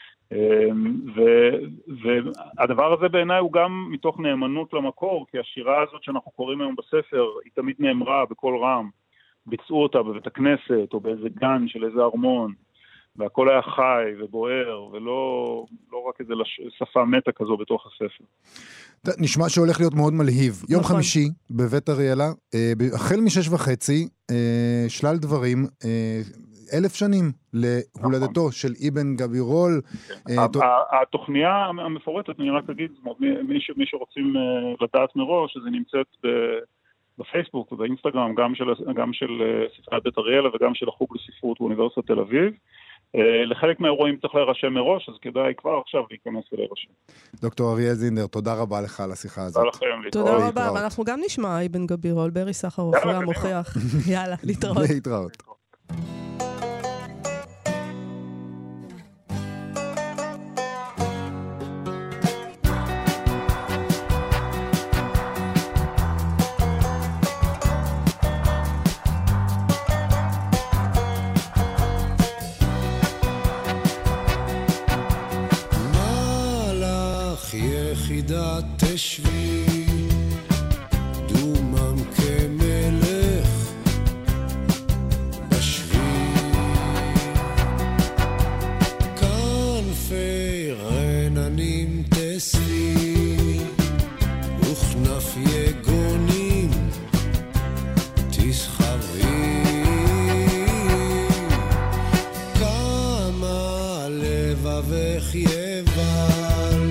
והדבר הזה בעיניי הוא גם מתוך נאמנות למקור, כי השירה הזאת שאנחנו קוראים היום בספר, היא תמיד נאמרה בכל רם. ביצעו אותה בבית הכנסת או באיזה גן של איזה ארמון, והכל היה חי ובוער, ולא לא רק איזה שפה מתה כזו בתוך הספר. נשמע שהולך להיות מאוד מלהיב. יום חמישי בבית אריאלה, החל משש וחצי, שלל דברים, אלף שנים להולדתו של אבן גבירול. התוכניה המפורטת, אני רק אגיד, מי שרוצים לדעת מראש, אז היא נמצאת ב... בפייסבוק ובאינסטגרם, גם של, גם של ספריית בית אריאלה וגם של החוג לספרות באוניברסיטת תל אביב. לחלק מהאירועים צריך להירשם מראש, אז כדאי כבר עכשיו להיכנס ולהירשם. דוקטור אריאל זינדר, תודה רבה לך על השיחה הזאת. תודה לכם. תודה רבה, ואנחנו גם נשמע אבן גבירול, ברי סחר רופא המוכיח. יאללה, להתראות. להתראות. תשבי דומם כמלך בשבי כנפי רננים תסבי וכנף יגונים תסחבי כמה לבבך יבל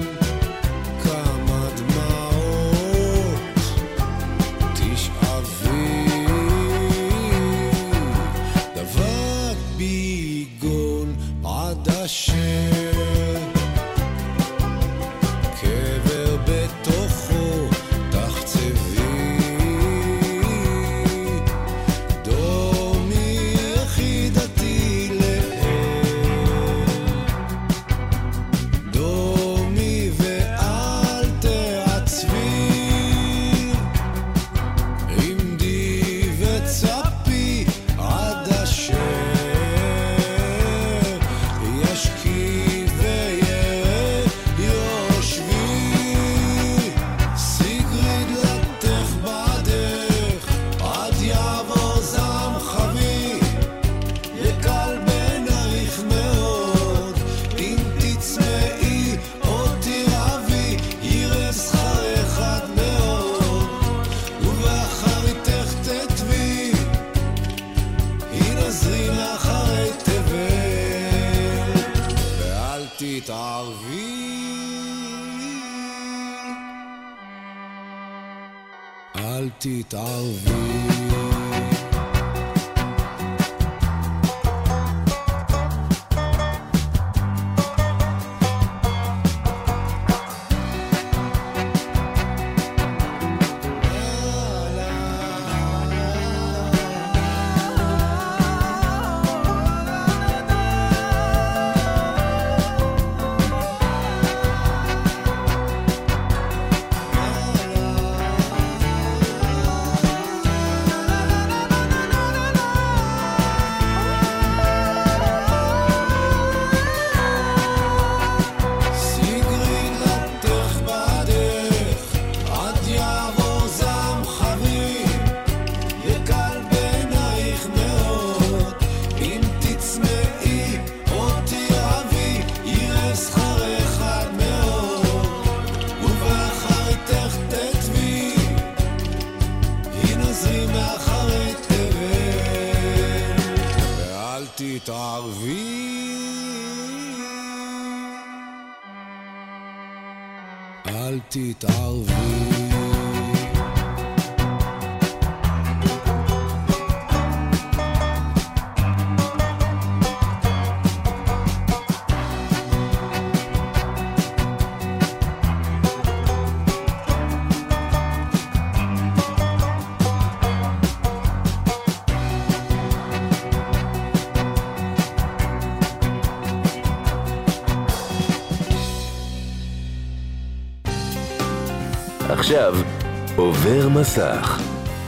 אל תתערבי אל תתערבי, אל תתערבי. עכשיו עובר מסך.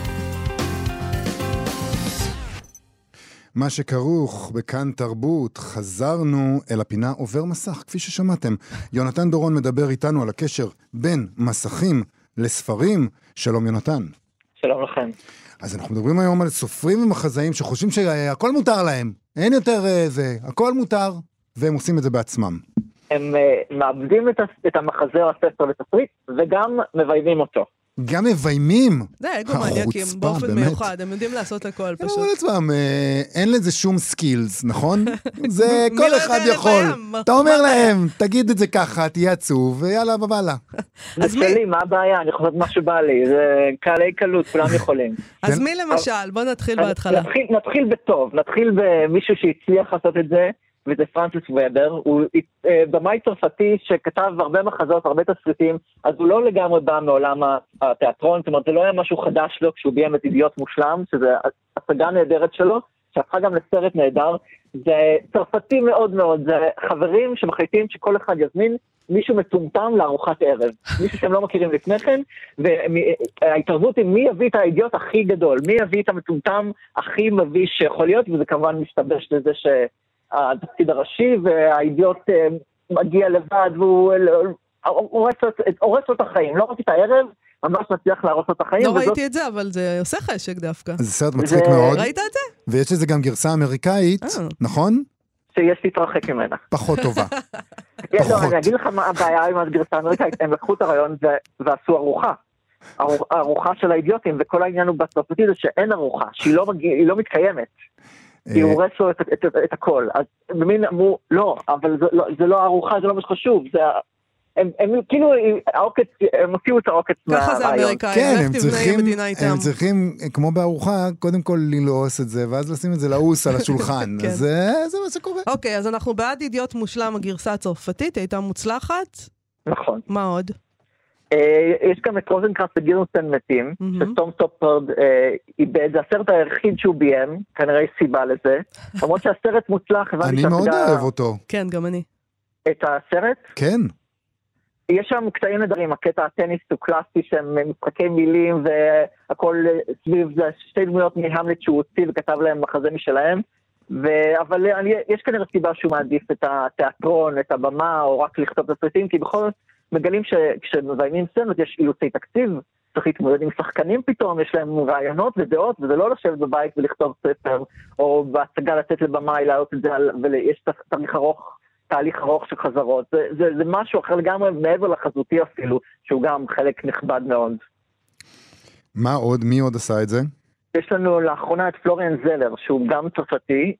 מה שכרוך בכאן תרבות, חזרנו אל הפינה עובר מסך, כפי ששמעתם. יונתן דורון מדבר איתנו על הקשר בין מסכים לספרים. שלום יונתן. שלום לכם. אז אנחנו מדברים היום על סופרים ומחזאים שחושבים שהכל מותר להם. אין יותר זה, הכל מותר, והם עושים את זה בעצמם. הם uh, מאבדים את, את המחזה או הספר לתסריט, וגם מביימים אותו. גם מביימים? זה אגו מניאקים, באופן מיוחד, הם יודעים לעשות הכל פשוט. אבל עצמם, אין לזה שום סקילס, נכון? זה כל אחד יכול. אתה אומר להם, תגיד את זה ככה, תהיה עצוב, ויאללה, בבאללה. אז שלי, מה הבעיה? אני חושבת מה שבא לי, זה קהלי קלות, כולם יכולים. אז מי למשל? בוא נתחיל בהתחלה. נתחיל בטוב, נתחיל במישהו שהצליח לעשות את זה, וזה פרנסיס ובר, הוא במאי צרפתי שכתב הרבה מחזות, הרבה תסריטים, אז הוא לא לגמרי בא מעולם התיאטרון, זאת אומרת, זה לא היה משהו חדש לו כשהוא ביים את אידיוט מושלם, שזה הצגה נהדרת שלו, שהפכה גם לסרט נהדר, זה צרפתי מאוד מאוד, זה חברים שמחליטים שכל אחד יזמין מישהו מטומטם לארוחת ערב, מישהו שהם לא מכירים לפני כן, וההתערבות היא מי יביא את האידיוט הכי גדול, מי יביא את המטומטם הכי מביש שיכול להיות, וזה כמובן משתבש לזה ש... התפקיד הראשי, והאידיוט מגיע לבד, והוא הורס לו את החיים, לא רק את הערב, ממש מצליח להרוס לו את החיים. לא ראיתי את זה, אבל זה עושה חשק דווקא. זה סרט מצחיק מאוד. ראית את זה? ויש לזה גם גרסה אמריקאית, נכון? שיש להתרחק ממנה. פחות טובה. אני אגיד לך מה הבעיה עם הגרסה האמריקאית, הם לקחו את הרעיון ועשו ארוחה. ארוחה של האידיוטים, וכל העניין הוא בצרפתי זה שאין ארוחה, שהיא לא מתקיימת. כי הוא הורס לו את, את, את, את הכל. אז במין אמרו, לא, אבל זה לא, זה לא ארוחה, זה לא מה שחשוב. זה, הם, הם כאילו, העוקץ, הם הוציאו את העוקץ מהרעיון. ככה זה אמריקאים, כן, הם צריכים, הם צריכים, כמו בארוחה, קודם כל ללעוס את זה, ואז לשים את זה לעוס על השולחן. אז זה, זה מה שקורה. אוקיי, אז אנחנו בעד אידיוט מושלם, הגרסה הצרפתית, הייתה מוצלחת. נכון. מה עוד? יש גם את רוזנקרץ וגירנסטן מתים, שטום סטופרד איבד, זה הסרט היחיד שהוא ביים, כנראה יש סיבה לזה, למרות שהסרט מוצלח. אני מאוד אוהב אותו. כן, גם אני. את הסרט? כן. יש שם קטעים נדרים, הקטע הטניס הוא קלאסי, שהם משחקי מילים, והכל סביב זה, שתי דמויות מהמלט שהוא הוציא וכתב להם מחזה משלהם, אבל יש כנראה סיבה שהוא מעדיף את התיאטרון, את הבמה, או רק לכתוב את הסרטים, כי בכל זאת, מגלים שכשמביימים סצנות יש אילוצי תקציב, צריך להתמודד עם שחקנים פתאום, יש להם רעיונות ודעות, וזה לא לשבת בבית ולכתוב ספר, או בהצגה לצאת לבמה, להעלות את זה, ויש תהליך ארוך, תהליך ארוך של חזרות. זה, זה, זה משהו אחר לגמרי מעבר לחזותי אפילו, שהוא גם חלק נכבד מאוד. מה עוד? מי עוד עשה את זה? יש לנו לאחרונה את פלוריאן זלר, שהוא גם צרפתי,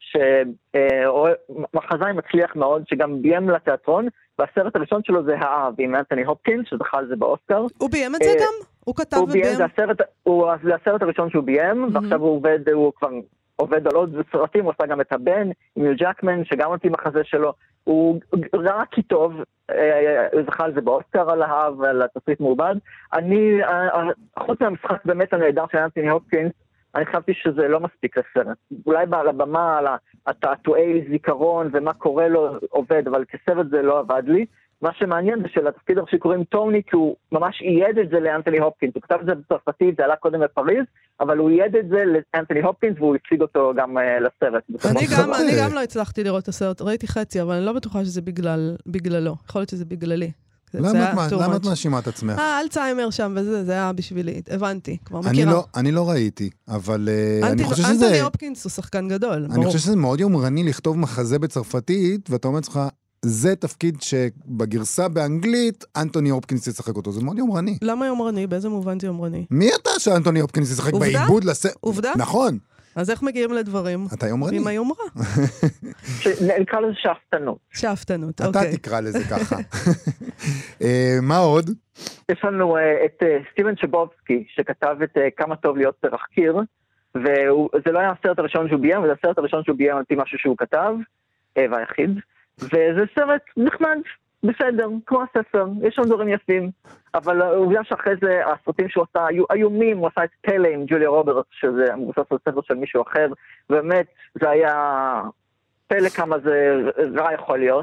שמחזאי מצליח מאוד, שגם ביים לתיאטרון, והסרט הראשון שלו זה האב, עם אנתוני הופקינס, שזכה על זה באוסקר. הוא ביים את זה גם? הוא כתב וביים? זה הסרט הראשון שהוא ביים, ועכשיו הוא עובד, הוא כבר עובד על עוד סרטים, הוא עושה גם את הבן, עם יו ג'קמן, שגם אותי מחזה שלו, הוא ראה כי טוב, הוא זכה על זה באוסקר על האב, על התסריט מעובד. אני, חוץ מהמשחק באמת הנהדר של אנתוני הופקינס, אני חשבתי שזה לא מספיק לסרט. אולי על הבמה, על התעתועי זיכרון ומה קורה לו עובד, אבל כסרט זה לא עבד לי. מה שמעניין זה שלתפקיד שקוראים טוני, כי הוא ממש ייעד את זה לאנתוני הופקינס. הוא כתב את זה בצרפתית, זה עלה קודם בפריז, אבל הוא ייעד את זה לאנתוני הופקינס, והוא הציג אותו גם לסרט. אני גם, אני גם לא הצלחתי לראות את הסרט, ראיתי חצי, אבל אני לא בטוחה שזה בגלל, בגללו. יכול להיות שזה בגללי. למה את מאשימה את עצמך? אה, אלצהיימר שם וזה, זה היה בשבילי, הבנתי, כבר אני מכירה. לא, אני לא ראיתי, אבל אני חושב שזה... אנתוני הופקינס הוא שחקן גדול. אני חושב שזה מאוד יומרני לכתוב מחזה בצרפתית, ואתה אומר לך, זה תפקיד שבגרסה באנגלית, אנתוני הופקינס ישחק אותו, זה מאוד יומרני. למה יומרני? באיזה מובן זה יומרני? מי אתה שאנתוני הופקינס ישחק בעיבוד לסרט? עובדה? נכון. אז איך מגיעים לדברים? אתה יומרני. עם היומרה. נקרא לזה שאפתנות. שאפתנות, אוקיי. אתה תקרא לזה ככה. מה עוד? יש לנו את סטיבן שבובסקי, שכתב את כמה טוב להיות תחקיר, וזה לא היה הסרט הראשון שהוא ביים, וזה הסרט הראשון שהוא ביים על פי משהו שהוא כתב, והיחיד, וזה סרט נחמד, בסדר, כמו הספר, יש שם דברים יפים, אבל העובדה שאחרי זה הסרטים שהוא עשה היו איומים, הוא עשה את פלא עם ג'וליה רוברטס, שזה מבוסס על ספר של מישהו אחר, באמת זה היה פלא כמה זה רע יכול להיות,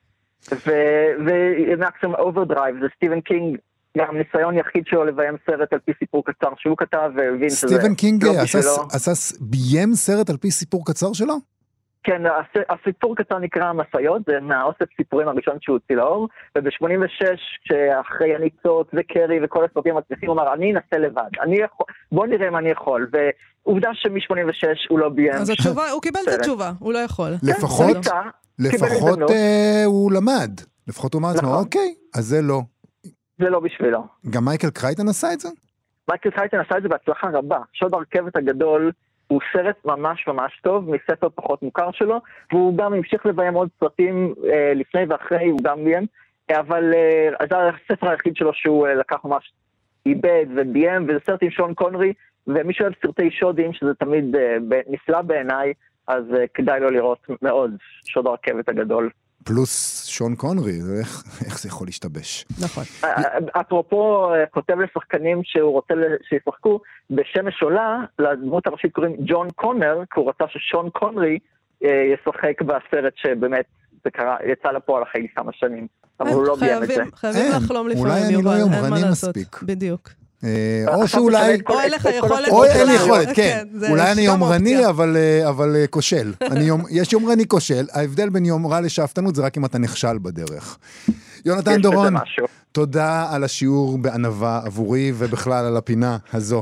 ומקסימום אוברדרייב, זה סטיבן קינג, גם ניסיון יחיד שלו לביים סרט על פי סיפור קצר שהוא כתב, והבין שזה סטיבן קינג עשה ביים סרט על פי סיפור קצר שלו? כן, הסיפור קצר נקרא המסעיות, זה מהאוסף סיפורים הראשון שהוא הוציא לאור, וב-שמונים ושש, כשאחרי הניצות וקרי וכל הסרטים המצליחים, הוא אמר, אני אנסה לבד, אני יכול, בוא נראה מה אני יכול, ועובדה שמ-שמונים ושש הוא לא ביים. אז התשובה, הוא קיבל את התשובה, הוא לא יכול. לפחות, לפחות הוא למד, לפחות הוא אמר עצמו, אוקיי, אז זה לא. זה לא בשבילו. גם מייקל קרייטן עשה את זה? מייקל קרייטן עשה את זה בהצלחה רבה, שוד הרכבת הגדול, הוא סרט ממש ממש טוב, מספר פחות מוכר שלו, והוא גם המשיך לביים עוד סרטים אה, לפני ואחרי, הוא גם ביים, אבל אה, זה הספר היחיד שלו שהוא אה, לקח ממש איבד וביים, וזה סרט עם שון קונרי, ומי שאוהב סרטי שודים, שזה תמיד אה, נפלא בעיניי, אז אה, כדאי לו לראות מאוד שוד הרכבת הגדול. פלוס שון קונרי, איך, איך זה יכול להשתבש? נכון. אפרופו, כותב לשחקנים שהוא רוצה שישחקו, בשמש עולה, לדמות הראשית קוראים ג'ון קונר, כי הוא רצה ששון קונרי ישחק בסרט שבאמת זה קרה, יצא לפועל אחרי כמה שנים, אבל הוא לא ביים את זה. חייבים לחלום לפעמים, אולי אני לא יומרני מספיק. בדיוק. או שאולי, או אין לך יכולת, או אין לי יכולת, כן, אולי אני יומרני אבל כושל, יש יומרני כושל, ההבדל בין יומרה לשאפתנות זה רק אם אתה נכשל בדרך. יונתן דורון, תודה על השיעור בענווה עבורי ובכלל על הפינה הזו.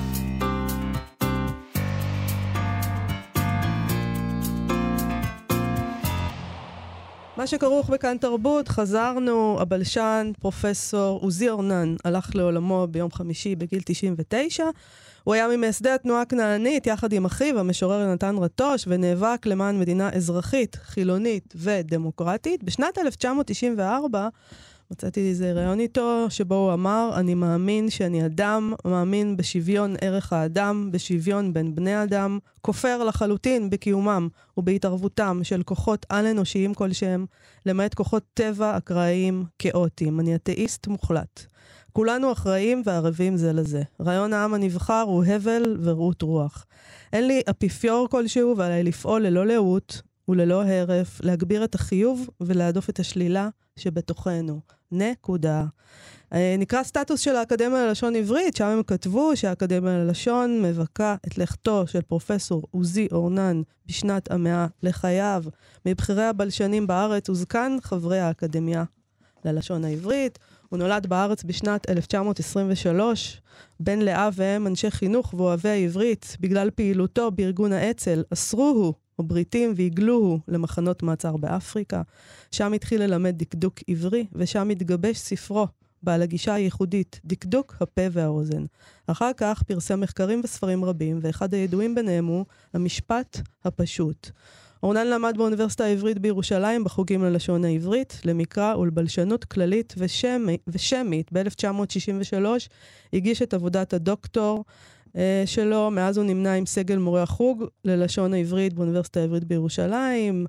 מה שכרוך בכאן תרבות, חזרנו, הבלשן, פרופסור עוזי אורנן, הלך לעולמו ביום חמישי בגיל תשעים ותשע. הוא היה ממייסדי התנועה הכנענית, יחד עם אחיו, המשורר יונתן רטוש, ונאבק למען מדינה אזרחית, חילונית ודמוקרטית. בשנת אלף תשע מאות תשעים וארבע, מצאתי איזה רעיון איתו, שבו הוא אמר, אני מאמין שאני אדם, מאמין בשוויון ערך האדם, בשוויון בין בני אדם, כופר לחלוטין בקיומם ובהתערבותם של כוחות על-אנושיים כלשהם, למעט כוחות טבע אקראיים כאוטיים. אני אתאיסט מוחלט. כולנו אחראים וערבים זה לזה. רעיון העם הנבחר הוא הבל ורעות רוח. אין לי אפיפיור כלשהו ועליי לפעול ללא לאות וללא הרף, להגביר את החיוב ולהדוף את השלילה שבתוכנו. נקודה. נקרא סטטוס של האקדמיה ללשון עברית, שם הם כתבו שהאקדמיה ללשון מבקה את לכתו של פרופסור עוזי אורנן בשנת המאה לחייו. מבחירי הבלשנים בארץ וזקן חברי האקדמיה ללשון העברית. הוא נולד בארץ בשנת אלף תשע מאות עשרים ושלוש, בן לאב והם אנשי חינוך ואוהבי העברית. בגלל פעילותו בארגון האצ"ל אסרוהו הבריטים והגלוהו למחנות מעצר באפריקה. שם התחיל ללמד דקדוק עברי, ושם התגבש ספרו בעל הגישה הייחודית, דקדוק הפה והאוזן. אחר כך פרסם מחקרים וספרים רבים, ואחד הידועים ביניהם הוא המשפט הפשוט. אורנן למד באוניברסיטה העברית בירושלים בחוגים ללשון העברית, למקרא ולבלשנות כללית ושמי, ושמית. ב-אלף תשע מאות שישים ושלוש הגיש את עבודת הדוקטור אה, שלו, מאז הוא נמנה עם סגל מורה החוג ללשון העברית באוניברסיטה העברית בירושלים.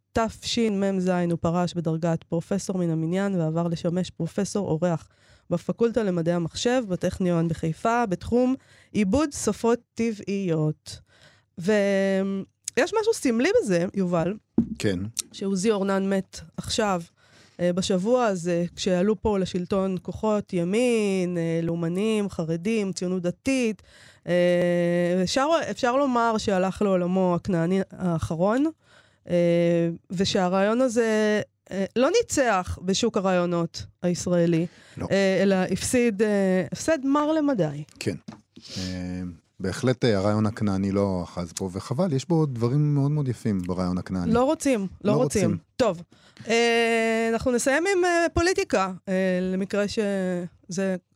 בתשמ"ז הוא פרש בדרגת פרופסור מן המניין, ועבר לשמש פרופסור אורח בפקולטה למדעי המחשב, בטכניון בחיפה, בתחום עיבוד שפות טבעיות. ו... יש משהו סמלי בזה, יובל. כן. שעוזי אורנן מת עכשיו, בשבוע הזה, כשעלו פה לשלטון כוחות ימין, לאומנים, חרדים, ציונות דתית. אפשר, אפשר לומר שהלך לעולמו הכנעני האחרון, ושהרעיון הזה לא ניצח בשוק הרעיונות הישראלי, לא. אלא הפסיד, הפסד מר למדי. כן. בהחלט הרעיון הכנעני לא אחז פה, וחבל, יש בו דברים מאוד מאוד יפים ברעיון הכנעני. לא רוצים, לא, לא רוצים. רוצים. טוב, אה, אנחנו נסיים עם אה, פוליטיקה, אה, למקרה שזה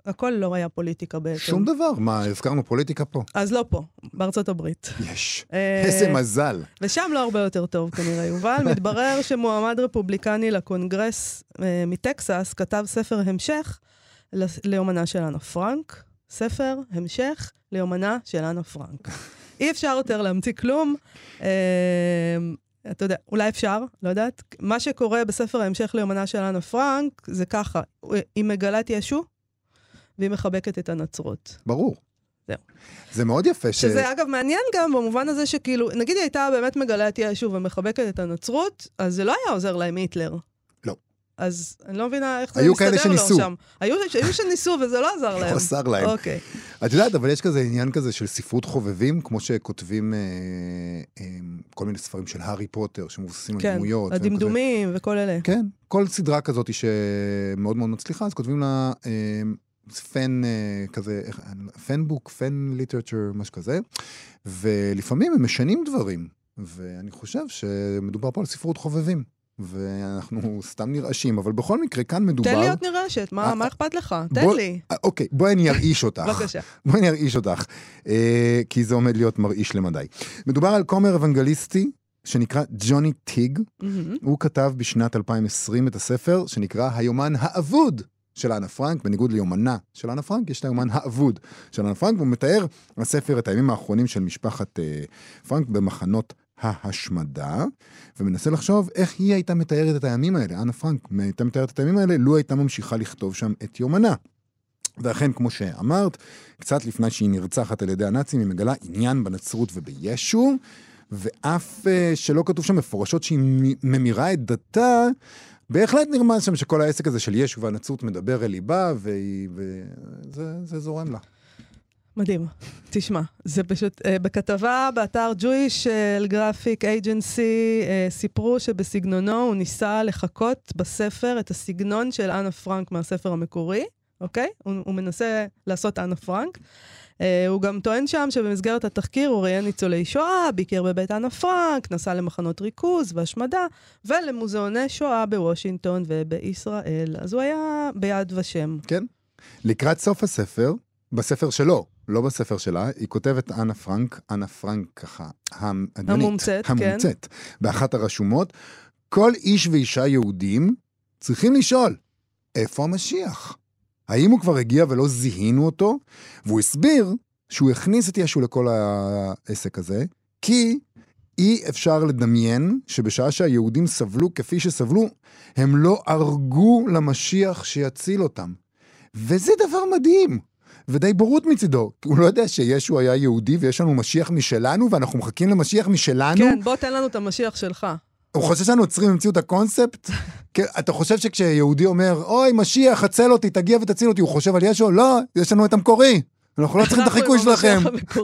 הכל לא היה פוליטיקה בעצם. שום דבר, מה, הזכרנו פוליטיקה פה? אז לא פה, בארצות הברית. יש, איזה מזל. ושם לא הרבה יותר טוב כנראה, יובל. מתברר שמועמד רפובליקני לקונגרס מטקסס כתב ספר המשך ליומנה של אנה פרנק. ספר המשך ליומנה של אנה פרנק. אי אפשר יותר להמציא כלום. אתה יודע, אולי אפשר, לא יודעת. מה שקורה בספר ההמשך ליומנה של אנה פרנק, זה ככה, היא מגלה את ישו, והיא מחבקת את הנצרות. ברור. זהו. זה מאוד יפה ש... שזה אגב מעניין גם במובן הזה שכאילו, נגיד היא הייתה באמת מגלה את ישו ומחבקת את הנצרות, אז זה לא היה עוזר להם היטלר. לא. אז אני לא מבינה איך זה מסתדר לו שם. היו כאלה שניסו. היו, היו שניסו וזה לא עזר להם. לא עזר להם. אוקיי. את יודעת, אבל יש כזה עניין כזה של ספרות חובבים, כמו שכותבים אה, אה, כל מיני ספרים של הארי פוטר, שמבוססים כן, על דמויות. הדמדומים וכזה. וכל אלה. כן, כל סדרה כזאת שמאוד מאוד מצליחה, אז כותבים לה אה, פן אה, כזה, פן בוק, פן ליטרצ'ר, משהו כזה, ולפעמים הם משנים דברים, ואני חושב שמדובר פה על ספרות חובבים. ואנחנו סתם נרעשים, אבל בכל מקרה, כאן מדובר... תן להיות נרעשת, מה, מה אכפת לך? תן בוא, לי. אוקיי, בואי אני ארעיש אותך. בבקשה. בואי אני ארעיש אותך, אה, כי זה עומד להיות מרעיש למדי. מדובר על כומר אוונגליסטי, שנקרא ג'וני טיג. Mm-hmm. הוא כתב בשנת אלפיים ועשרים את הספר, שנקרא היומן האבוד של אנה פרנק, בניגוד ליומנה של אנה פרנק, יש את היומן האבוד של אנה פרנק, והוא מתאר הספר את הימים האחרונים של משפחת אה, פרנק במחנות ההשמדה, ומנסה לחשוב איך היא הייתה מתארת את הימים האלה, אנה פרנק הייתה מתארת את הימים האלה, לו הייתה ממשיכה לכתוב שם את יומנה. ואכן, כמו שאמרת, קצת לפני שהיא נרצחת על ידי הנאצים, היא מגלה עניין בנצרות ובישו, ואף שלא כתוב שם מפורשות שהיא ממירה את דתה, בהחלט נרמז שם שכל העסק הזה של ישו והנצרות מדבר אל ליבה, וזה זה זורם לה. מדהים. תשמע, זה פשוט, uh, בכתבה באתר Jewish uh, Graphic Agency uh, סיפרו שבסגנונו הוא ניסה לחכות בספר את הסגנון של אנה פרנק מהספר המקורי, אוקיי? הוא, הוא מנסה לעשות אנה פרנק. Uh, הוא גם טוען שם שבמסגרת התחקיר הוא ראיין ניצולי שואה, ביקר בבית אנה פרנק, נסע למחנות ריכוז והשמדה, ולמוזיאוני שואה בוושינגטון ובישראל. אז הוא היה ביד ושם. כן. לקראת סוף הספר, בספר שלו, לא בספר שלה, היא כותבת אנה פרנק, אנה פרנק ככה, הדמית, המומצאת, המומצאת, כן. באחת הרשומות, כל איש ואישה יהודים צריכים לשאול, איפה המשיח? האם הוא כבר הגיע ולא זיהינו אותו? והוא הסביר שהוא הכניס את ישו לכל העסק הזה, כי אי אפשר לדמיין שבשעה שהיהודים סבלו כפי שסבלו, הם לא הרגו למשיח שיציל אותם. וזה דבר מדהים. ודי בורות מצידו, הוא לא יודע שישו היה יהודי ויש לנו משיח משלנו, ואנחנו מחכים למשיח משלנו. כן, בוא תן לנו את המשיח שלך. הוא חושב שאנו עוצרים המציאו את הקונספט? אתה חושב שכשיהודי אומר, אוי, משיח, הצל אותי, תגיע ותציל אותי, הוא חושב על ישו? לא, יש לנו את המקורי. אנחנו לא צריכים את החיקוי שלכם.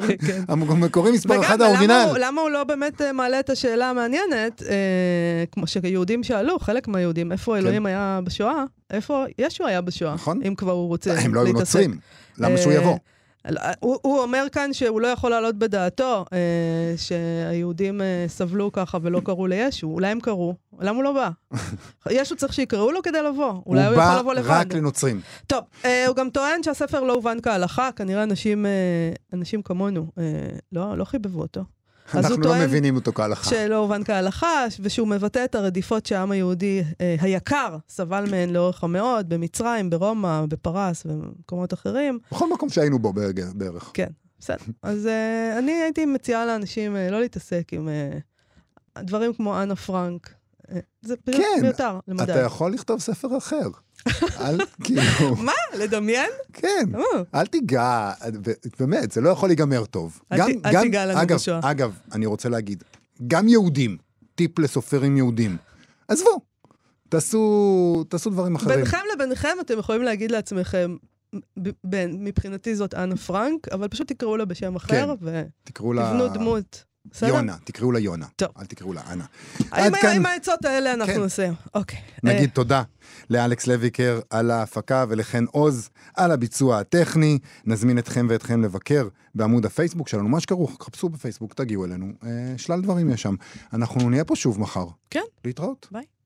המקורי מספר אחד האורגינל. וגם, למה הוא לא באמת מעלה את השאלה המעניינת, כמו שיהודים שאלו, חלק מהיהודים, איפה אלוהים היה בשואה? איפה ישו היה בשואה? נכון. אם כבר הוא רוצה להתעסק. הם לא היו נוצרים. למה שהוא יבוא? הוא, הוא אומר כאן שהוא לא יכול לעלות בדעתו אה, שהיהודים אה, סבלו ככה ולא קראו לישו. אולי הם קראו. למה הוא לא בא? ישו צריך שיקראו לו כדי לבוא. אולי הוא, הוא יכול לבוא לבד. הוא בא רק לנוצרים. טוב, אה, הוא גם טוען שהספר לא הובן כהלכה. כנראה אנשים, אה, אנשים כמונו אה, לא, לא חיבבו אותו. אנחנו לא מבינים אותו כהלכה. שלא הובן כהלכה, ושהוא מבטא את הרדיפות שהעם היהודי אה, היקר סבל מהן לאורך המאות, במצרים, ברומא, בפרס ומקומות אחרים. בכל מקום שהיינו בו בערך. כן, בסדר. אז אה, אני הייתי מציעה לאנשים אה, לא להתעסק עם אה, דברים כמו אנה פרנק. אה, זה פשוט כן, מיותר למדי. אתה יכול לכתוב ספר אחר. אל, כאילו... מה? לדמיין? כן. אל תיגע, באמת, זה לא יכול להיגמר טוב. אל תיגע לנו בשואה. אגב, אני רוצה להגיד, גם יהודים, טיפ לסופרים יהודים, עזבו, תעשו, תעשו דברים אחרים. ביניכם לביניכם אתם יכולים להגיד לעצמכם, מבחינתי זאת אנה פרנק, אבל פשוט תקראו לה בשם אחר, ותבנו דמות. יונה, תקראו לה יונה, אל תקראו לה אנה. עם העצות האלה אנחנו נסיים. אוקיי. נגיד תודה לאלכס לויקר על ההפקה ולכן עוז על הביצוע הטכני. נזמין אתכם ואתכם לבקר בעמוד הפייסבוק שלנו, מה שכרוך, חפשו בפייסבוק, תגיעו אלינו, שלל דברים יש שם. אנחנו נהיה פה שוב מחר. כן. להתראות. ביי.